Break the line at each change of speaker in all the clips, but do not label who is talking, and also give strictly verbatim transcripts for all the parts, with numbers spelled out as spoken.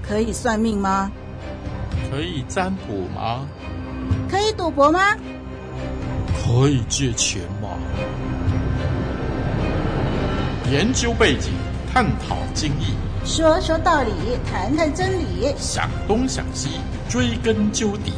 可以算命吗？
可以占卜吗？
可以赌博吗？
可以借钱吗？研究背景，探讨经义，
说说道理，谈谈真理，
想东想西，追根究底。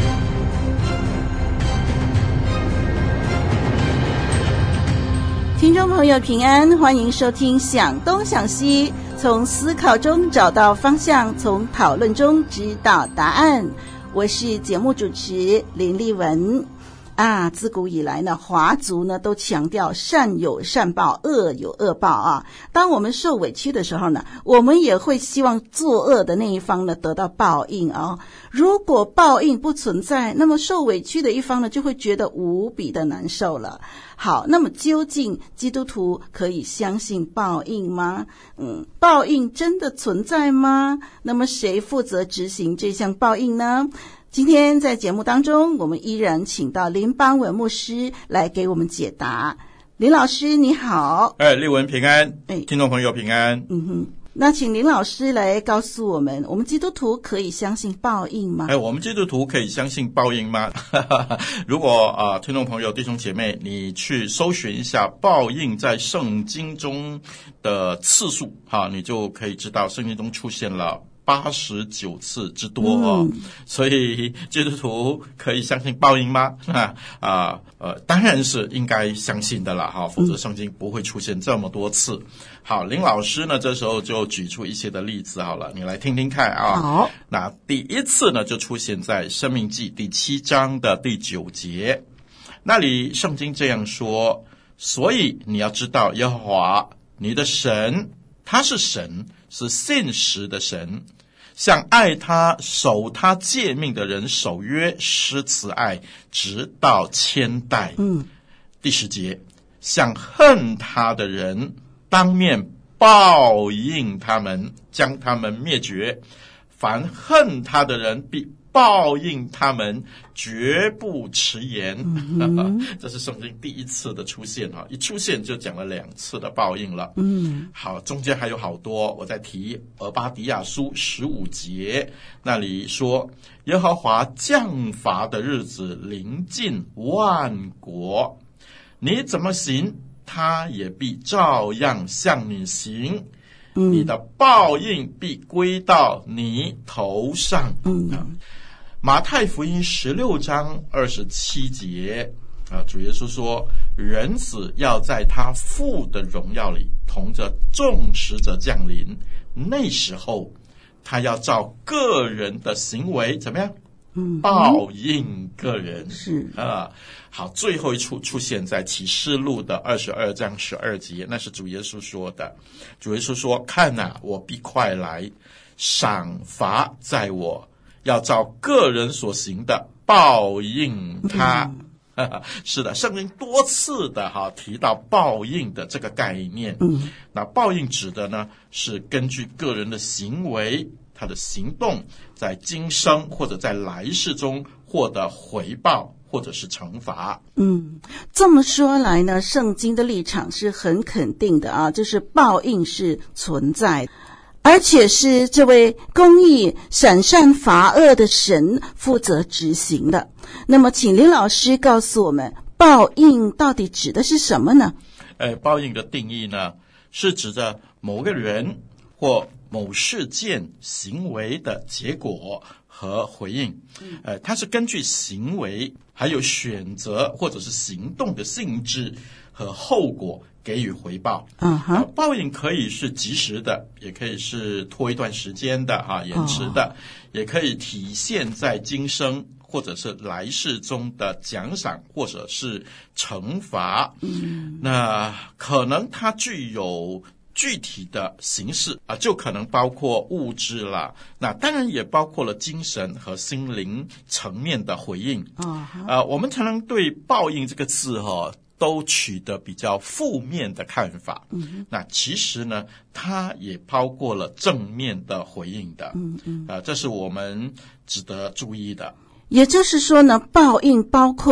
听众朋友平安，欢迎收听想东想西，从思考中找到方向，从讨论中知道答案。我是节目主持林丽文。啊，自古以来呢，华族呢都强调善有善报，恶有恶报啊。当我们受委屈的时候呢，我们也会希望作恶的那一方呢得到报应啊。如果报应不存在，那么受委屈的一方呢就会觉得无比的难受了。好，那么究竟基督徒可以相信报应吗？嗯，报应真的存在吗？那么谁负责执行这项报应呢？今天在节目当中，我们依然请到林邦文牧师来给我们解答。林老师你好。
哎，丽文平安，哎，听众朋友平安。
嗯哼，那请林老师来告诉我们，我们基督徒可以相信报应吗？
哎，我们基督徒可以相信报应吗？如果啊、呃，听众朋友弟兄姐妹，你去搜寻一下报应在圣经中的次数，哈，你就可以知道圣经中出现了八十九次之多哦，嗯、所以基督徒可以相信报应吗？啊啊呃，当然是应该相信的了哈，否则圣经不会出现这么多次。嗯、好，林老师呢，这时候就举出一些的例子好了，你来听听看啊。
好，
那第一次呢，就出现在《申命记》第七章的第九节，那里圣经这样说：所以你要知道，耶和华你的神，他是神。是信实的神，向爱他守他诫命的人守约施慈爱，直到千代。
嗯，
第十节，向恨他的人当面报应他们，将他们灭绝。凡恨他的人必报应他们，绝不迟延。嗯、这是圣经第一次的出现哈，一出现就讲了两次的报应了。
嗯，
好，中间还有好多，我再提俄巴底亚书十五节，那里说：耶和华降罚的日子临近万国，你怎么行，他也必照样向你行。嗯、你的报应必归到你头上。
嗯。
马太福音十六章二十七节啊，主耶稣说：人子要在他父的荣耀里同着众使者降临，那时候他要照个人的行为怎么样？
嗯，
报应个人。
是
啊，好，最后一处出现在启示录的二十二章十二节，那是主耶稣说的。主耶稣说：看哪，我必快来，赏罚在我，要照个人所行的报应他。嗯、是的，圣经多次的哈提到报应的这个概念。
嗯，
那报应指的呢是根据个人的行为，他的行动，在今生或者在来世中获得回报或者是惩罚。
嗯，这么说来呢，圣经的立场是很肯定的啊，就是报应是存在的。而且是这位公义审善罚恶的神负责执行的。那么请林老师告诉我们，报应到底指的是什么呢？
呃，报应的定义呢，是指着某个人或某事件行为的结果和回应。呃，它是根据行为还有选择或者是行动的性质和后果给予回报。
嗯哼、uh-huh.
报应可以是及时的，也可以是拖一段时间的啊，延迟的， oh. 也可以体现在今生或者是来世中的奖赏或者是惩罚。
嗯，
那可能它具有具体的形式啊，就可能包括物质啦，那当然也包括了精神和心灵层面的回应。
啊、uh-huh.
呃，我们常常对报应这个字哈、哦。都取得比较负面的看法。
嗯，
那其实呢，它也包括了正面的回应的。
嗯嗯，
啊、呃，这是我们值得注意的。
也就是说呢，报应包括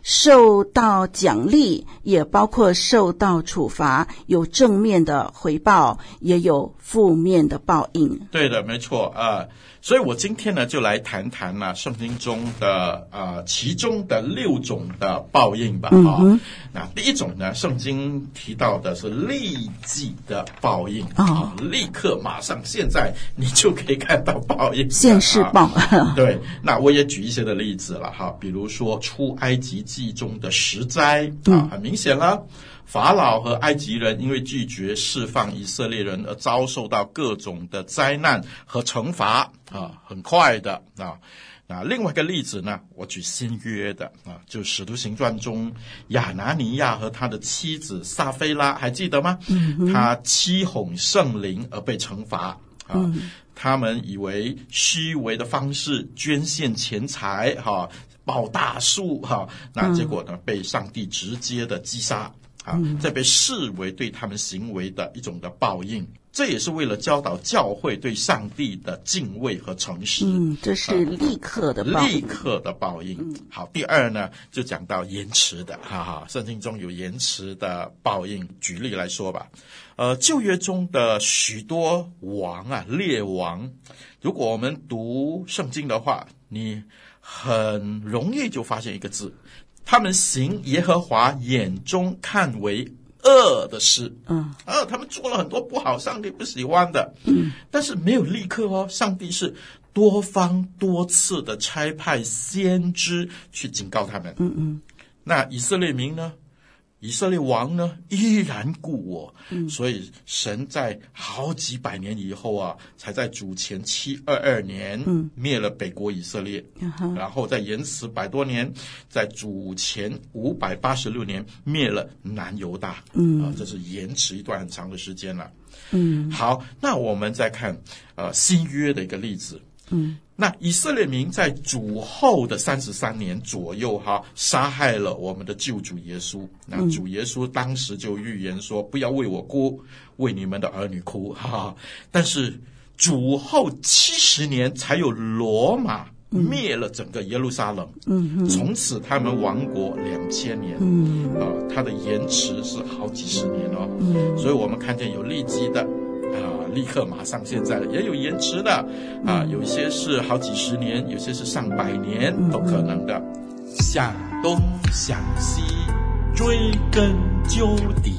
受到奖励，也包括受到处罚，有正面的回报，也有负面的报应。
对的，没错啊、呃。所以我今天呢，就来谈谈呢、啊、圣经中的啊、呃、其中的六种的报应吧。啊、嗯，那第一种呢，圣经提到的是立即的报应啊、哦，立刻马上现在你就可以看到报应，
现世报。
啊、对，那我也举一些的例子了哈，比如说出埃及记中的十灾啊，很明显了。法老和埃及人因为拒绝释放以色列人而遭受到各种的灾难和惩罚啊，很快的啊。那另外一个例子呢，我举新约的啊，就使徒行传中亚拿尼亚和他的妻子撒非拉，还记得吗？嗯、他欺哄圣灵而被惩罚啊。嗯，他们以为虚伪的方式捐献钱财哈，抱大树哈，那结果呢，被上帝直接的击杀。啊，这被视为对他们行为的一种的报应，这也是为了教导教会对上帝的敬畏和诚实。
嗯，这是立刻的报应。
立刻的报应。嗯、好，第二呢，就讲到延迟的，哈哈，圣经中有延迟的报应。举例来说吧，呃，旧约中的许多王啊，列王，如果我们读圣经的话，你很容易就发现一个字。他们行耶和华眼中看为恶的事，嗯，啊，他们做了很多不好，上帝不喜欢的，嗯，但是没有立刻哦，上帝是多方多次的差派先知去警告他们，嗯嗯，那以色列民呢？以色列王呢依然故我、嗯、所以神在好几百年以后啊，才在主前七二二年灭了北国以色列、嗯、然后再延迟百多年，在主前五百八十六年灭了南犹大、嗯啊、这是延迟一段很长的时间了。嗯，好，那我们再看呃新约的一个例子。嗯，那以色列民在主后的三十三年左右哈，杀害了我们的救主耶稣。那主耶稣当时就预言说，不要为我哭，为你们的儿女哭哈。但是主后七十年才有罗马灭了整个耶路撒冷，嗯，从此他们亡国两千年，嗯，啊、呃，它的延迟是好几十年哦，嗯，所以我们看见有立即的。啊，立刻马上现在也有延迟的啊，有一些是好几十年，有些是上百年都可能的。向东向西，追根究底。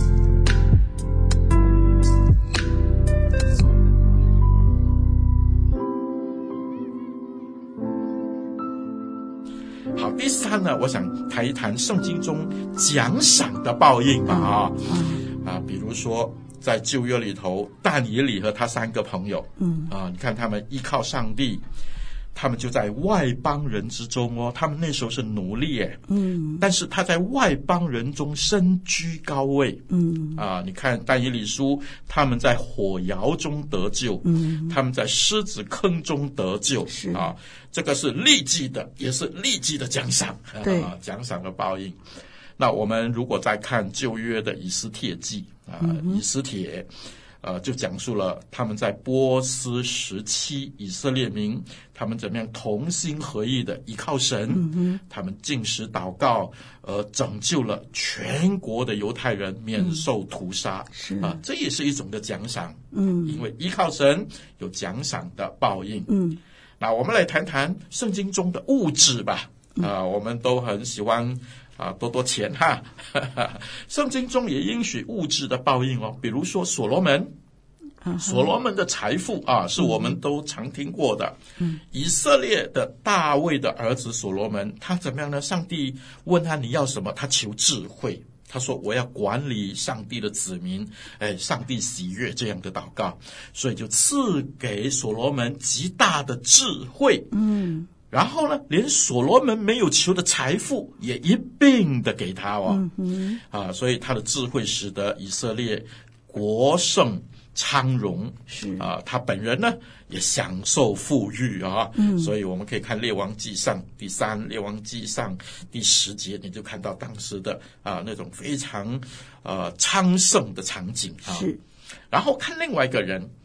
好，第三呢，我想谈一谈圣经中奖赏的报应吧啊啊，比如说。在旧约里头，但以理和他三个朋友，嗯啊，你看他们依靠上帝，他们就在外邦人之中哦，他们那时候是奴隶耶，嗯，但是他在外邦人中身居高位，嗯啊，你看但以理书，他们在火窑中得救，嗯，他们在狮子坑中得救，是啊，这个是立即的，也是立即的奖赏，对啊，奖赏的报应。那我们如果再看旧约的以斯帖记啊、呃嗯，以斯帖，呃，就讲述了他们在波斯时期以色列民他们怎么样同心合意的依靠神，嗯、他们禁食祷告，呃，拯救了全国的犹太人免受屠杀，是、嗯、啊，这也是一种的奖赏，嗯，因为依靠神有奖赏的报应，嗯，那我们来谈谈圣经中的物质吧，啊、呃，我们都很喜欢。啊，多多钱哈！圣经中也应许物质的报应哦，比如说所罗门，所罗门的财富啊，是我们都常听过的。嗯，以色列的大卫的儿子所罗门，他怎么样呢？上帝问他你要什么，他求智慧。他说我要管理上帝的子民，哎，上帝喜悦这样的祷告，所以就赐给所罗门极大的智慧。嗯。然后呢，连所罗门没有求的财富也一并的给他哦，嗯、啊，所以他的智慧使得以色列国盛昌荣，是啊，他本人呢也享受富裕啊，嗯，所以我们可以看列王纪上第三、列王纪上第十节，你就看到当时的啊那种非常呃昌盛的场景啊。是，然后看另外一个人。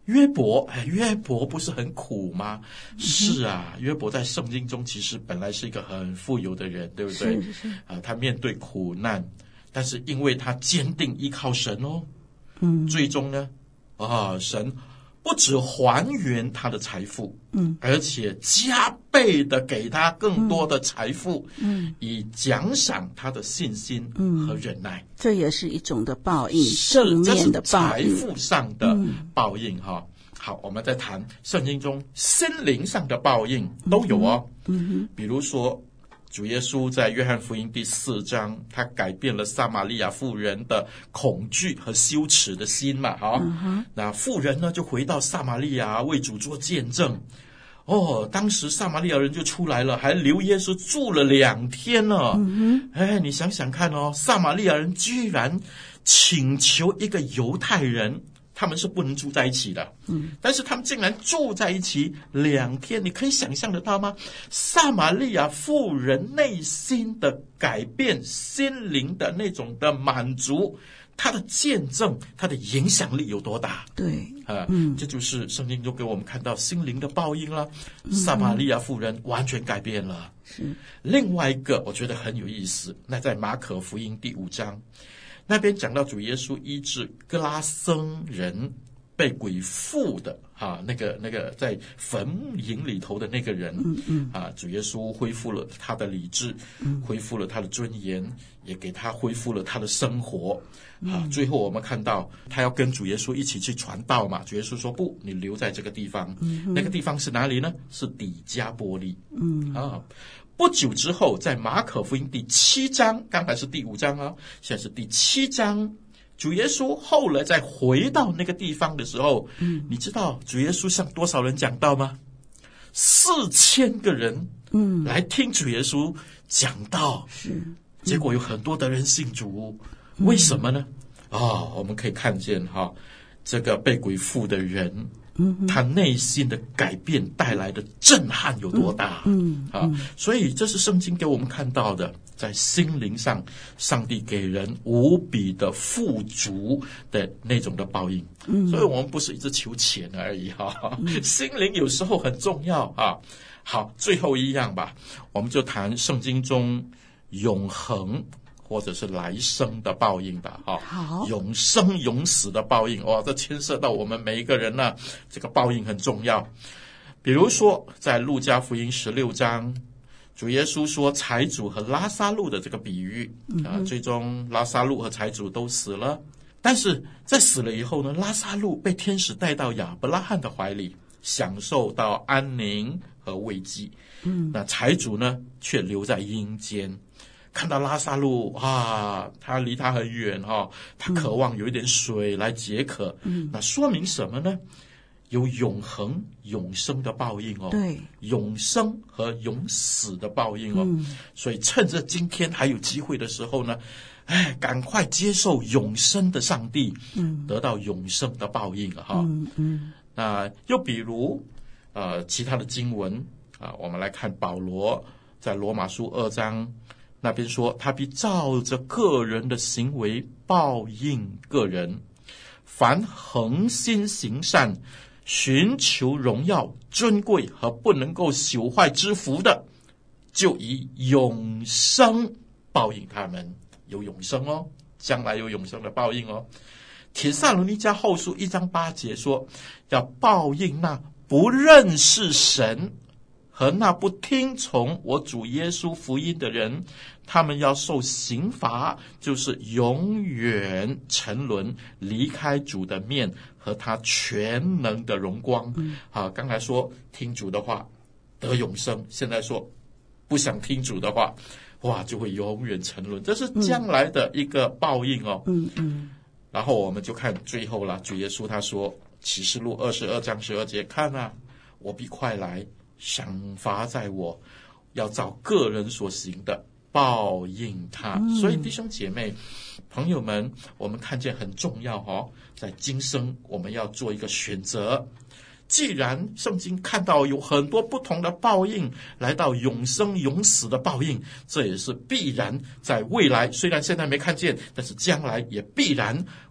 约伯，哎，约伯不是很苦吗？嗯、是啊，约伯在圣经中其实本来是一个很富有的人，对不对？
是是
啊，他面对苦难，但是因为他坚定依靠神哦，
嗯，
最终呢，啊，神不只还原他的财富，
嗯，
而且加倍的给他更多的财富，
嗯，
以奖赏他的信心和忍耐。嗯、
这也是一种的报应，正面的报应，
财富上的报应哈。嗯、好，我们再谈圣经中心灵上的报应都有哦。
嗯哼，
比如说主耶稣在约翰福音第四章，他改变了撒玛利亚妇人的恐惧和羞耻的心嘛，哈、
嗯，
那妇人呢就回到撒玛利亚为主做见证。哦，当时撒玛利亚人就出来了，还留耶稣住了两天呢。
嗯哼，
哎，你想想看哦，撒玛利亚人居然请求一个犹太人。他们是不能住在一起的，
嗯，
但是他们竟然住在一起两天，你可以想象得到吗？撒玛利亚妇人内心的改变，心灵的那种的满足，她的见证，她的影响力有多大？
对，
啊，
嗯，
这就是圣经中给我们看到心灵的报应了。撒玛利亚妇人完全改变了。
是
另外一个，我觉得很有意思，那在马可福音第五章。那边讲到主耶稣医治哥拉僧人被鬼附的啊，那个那个在坟茔里头的那个人，
嗯嗯
啊，主耶稣恢复了他的理智，
嗯、
恢复了他的尊严，也给他恢复了他的生活。啊，最后我们看到他要跟主耶稣一起去传道嘛，主耶稣说不，你留在这个地方。
嗯、
那个地方是哪里呢？是底加波利。
嗯
啊。不久之后，在马可福音第七章，刚才是第五章啊，现在是第七章。主耶稣后来再回到那个地方的时候，
嗯，
你知道主耶稣向多少人讲道吗？四千个人，
嗯，
来听主耶稣讲道，
是，
结果有很多的人信主，嗯、为什么呢？啊、哦，我们可以看见哈、哦，这个被鬼附的人。
嗯，
他内心的改变带来的震撼有多大？
嗯，
嗯啊，所以这是圣经给我们看到的，在心灵上，上帝给人无比的富足的那种的报应。嗯，所以我们不是一直求钱而已哈、啊嗯，心灵有时候很重要啊。好，最后一样吧，我们就谈圣经中永恒。或者是来生的报应吧，哈、
哦，
永生永死的报应，哇，这牵涉到我们每一个人呢、啊，这个报应很重要。比如说，在路加福音十六章，主耶稣说财主和拉撒路的这个比喻，啊，最终拉撒路和财主都死了，但是在死了以后呢，拉撒路被天使带到亚伯拉罕的怀里，享受到安宁和慰藉，嗯，那财主呢，却留在阴间。看到拉撒路啊，他离他很远哈、哦，他渴望有一点水来解渴。嗯，那说明什么呢？有永恒、永生的报应哦。
对，
永生和永死的报应哦。
嗯，
所以趁着今天还有机会的时候呢，哎，赶快接受永生的上帝，嗯，得到永生的报应啊！哈、哦，
嗯嗯。
那又比如，呃，其他的经文啊，我们来看保罗在罗马书二章。那边说，他必照着个人的行为报应个人。凡恒心行善、寻求荣耀、尊贵和不能够朽坏之福的，就以永生报应他们。有永生哦，将来有永生的报应哦。帖撒罗尼迦后书一章八节说，要报应那不认识神和那不听从我主耶稣福音的人，他们要受刑罚，就是永远沉沦，离开主的面和他全能的荣光。嗯、啊，刚才说听主的话得永生，现在说不想听主的话，哇，就会永远沉沦，这是将来的一个报应哦。
嗯嗯。
然后我们就看最后了，主耶稣他说，启示录二十二章十二节，看啊，我必快来。赏罚在我，要照个人所行的报应他。嗯、所以弟兄姐妹朋友们，我们看见很重要哦，在今生我们要做一个选择。既然圣经看到有很多不同的报应，来到永生永死的报应，这也是必然在未来，虽然现在没看见，但是将来也必然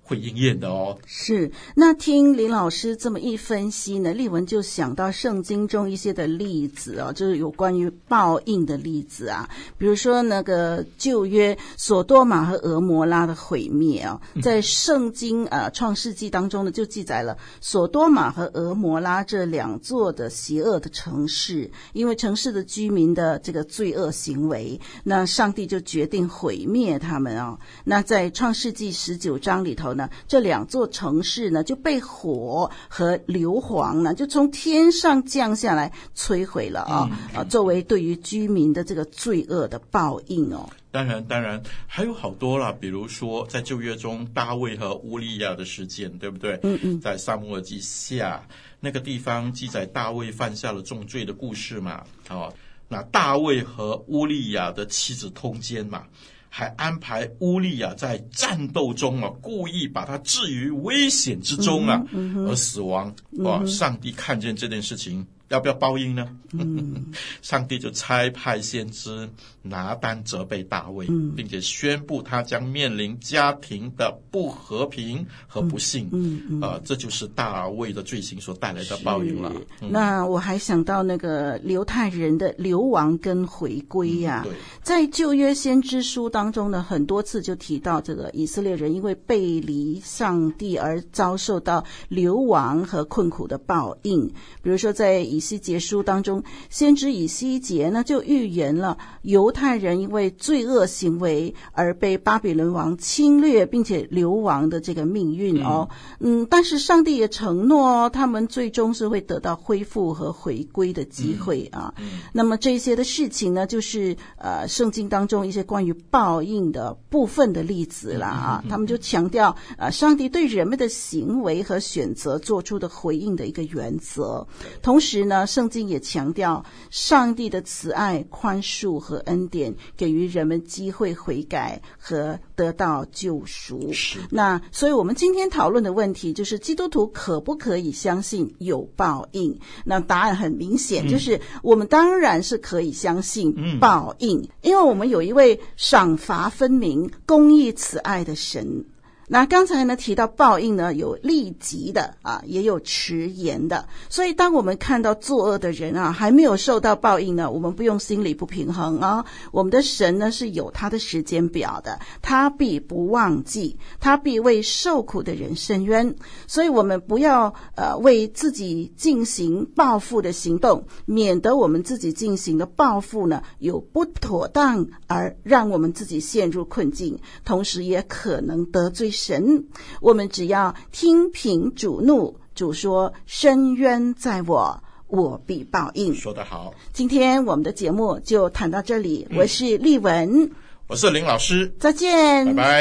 会应验的哦。
是，那听林老师这么一分析呢，丽文就想到圣经中一些的例子哦，就是有关于报应的例子啊，比如说那个旧约索多玛和俄摩拉的毁灭哦，在圣经呃创世纪当中呢，就记载了索多玛和俄摩拉这两座的邪恶的城市，因为城市的居民的这个罪恶行为，那上帝就决定毁灭他们哦。那在创世纪十九章里头呢，这两座城市呢就被火和硫磺呢就从天上降下来摧毁了啊、哦嗯、啊，作为对于居民的这个罪恶的报应哦。
当然当然还有好多啦，比如说在旧约中大卫和乌利亚的事件，对不对？嗯嗯，在撒母耳记下那个地方记载大卫犯下了重罪的故事嘛。哦，那大卫和乌利亚的妻子通奸嘛，还安排乌利亚在战斗中啊，故意把他置于危险之中啊，嗯嗯、而死亡。哇、嗯！上帝看见这件事情，要不要报应呢？嗯、上帝就差派先知拿单责备大卫、嗯，并且宣布他将面临家庭的不和平和不幸。嗯嗯呃，这就是大卫的罪行所带来的报应了。嗯、
那我还想到那个犹太人的流亡跟回归呀、啊嗯，在旧约先知书当中呢，很多次就提到这个以色列人因为背离上帝而遭受到流亡和困苦的报应。比如说在以西结书当中，先知以西结呢就预言了犹太人因为罪恶行为而被巴比伦王侵略并且流亡的这个命运哦。嗯，但是上帝也承诺哦，他们最终是会得到恢复和回归的机会啊。嗯嗯、那么这些的事情呢，就是呃圣经当中一些关于报应的部分的例子啦啊。他们就强调呃上帝对人们的行为和选择做出的回应的一个原则。同时呢，圣经也强调上帝的慈爱、宽恕和恩典，给予人们机会悔改和得到救赎。那所以我们今天讨论的问题就是基督徒可不可以相信有报应？那答案很明显，嗯、就是我们当然是可以相信报应，嗯、因为我们有一位赏罚分明、公义慈爱的神。那刚才呢提到报应呢，有立即的啊，也有迟延的。所以当我们看到作恶的人啊还没有受到报应呢，我们不用心里不平衡啊。我们的神呢是有他的时间表的，他必不忘记，他必为受苦的人伸冤。所以我们不要呃为自己进行报复的行动，免得我们自己进行的报复呢有不妥当而让我们自己陷入困境，同时也可能得罪神。我们只要听凭主怒，主说伸冤在我，我必报应。
说得好。
今天我们的节目就谈到这里、嗯、我是丽文，
我是林老师，
再见，
拜拜。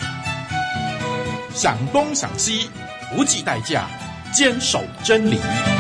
想东想西，不计代价，坚守真理。